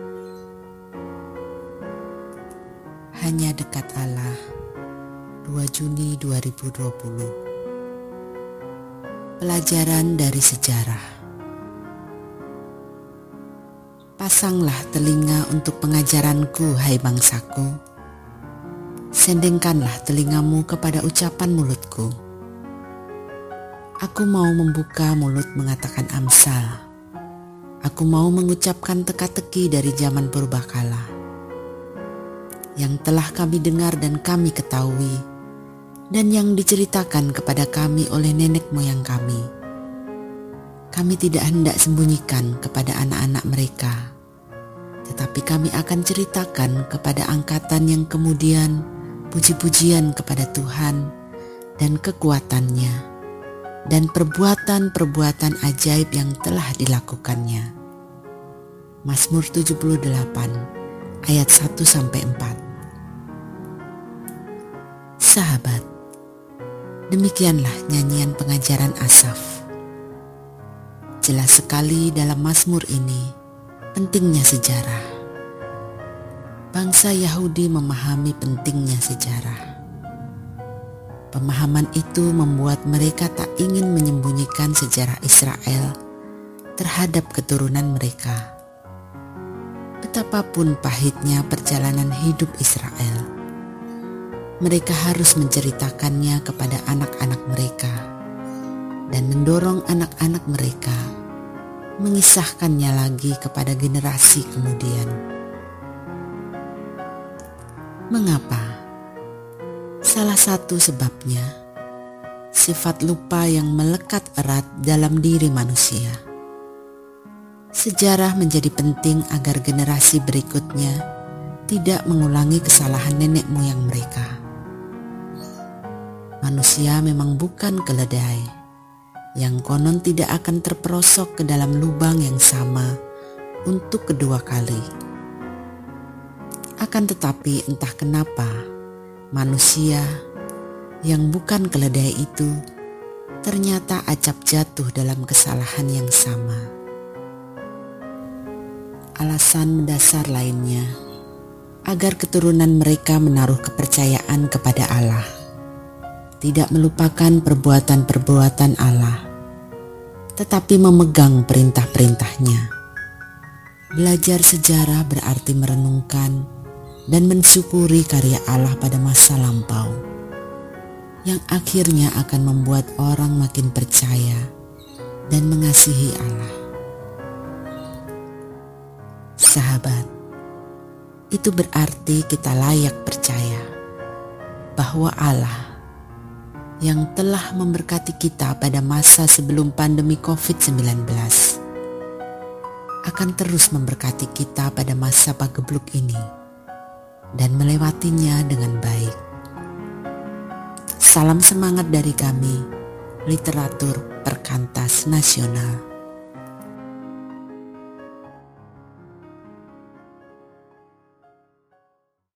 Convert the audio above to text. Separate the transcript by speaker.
Speaker 1: Hanya Dekat Allah, 2 Juni 2020. Pelajaran dari sejarah. Pasanglah telinga untuk pengajaranku, hai bangsaku. Sendengkanlah telingamu kepada ucapan mulutku. Aku mau membuka mulut mengatakan amsal. Aku mau mengucapkan teka-teki dari zaman purbakala yang telah kami dengar dan kami ketahui, dan yang diceritakan kepada kami oleh nenek moyang kami. Kami tidak hendak sembunyikan kepada anak-anak mereka, tetapi kami akan ceritakan kepada angkatan yang kemudian puji-pujian kepada Tuhan dan kekuatannya, dan perbuatan-perbuatan ajaib yang telah dilakukannya. Mazmur 78 ayat 1-4. Sahabat, demikianlah nyanyian pengajaran Asaf. Jelas sekali dalam Mazmur ini pentingnya sejarah. Bangsa Yahudi memahami pentingnya sejarah. Pemahaman itu membuat mereka tak ingin menyembunyikan sejarah Israel terhadap keturunan mereka. Betapapun pahitnya perjalanan hidup Israel, mereka harus menceritakannya kepada anak-anak mereka dan mendorong anak-anak mereka mengisahkannya lagi kepada generasi kemudian. Mengapa? Salah satu sebabnya sifat lupa yang melekat erat dalam diri manusia. Sejarah menjadi penting agar generasi berikutnya tidak mengulangi kesalahan nenek moyang mereka. Manusia memang bukan keledai yang konon tidak akan terperosok ke dalam lubang yang sama untuk kedua kali. Akan tetapi entah kenapa manusia yang bukan keledai itu ternyata acap jatuh dalam kesalahan yang sama. Alasan mendasar lainnya agar keturunan mereka menaruh kepercayaan kepada Allah, tidak melupakan perbuatan-perbuatan Allah, tetapi memegang perintah-perintahnya. Belajar sejarah berarti merenungkan dan mensyukuri karya Allah pada masa lampau, yang akhirnya akan membuat orang makin percaya dan mengasihi Allah. Sahabat, itu berarti kita layak percaya bahwa Allah yang telah memberkati kita pada masa sebelum pandemi COVID-19 akan terus memberkati kita pada masa pagebluk ini dan melewatinya dengan baik. Salam semangat dari kami, Literatur Perkantas Nasional.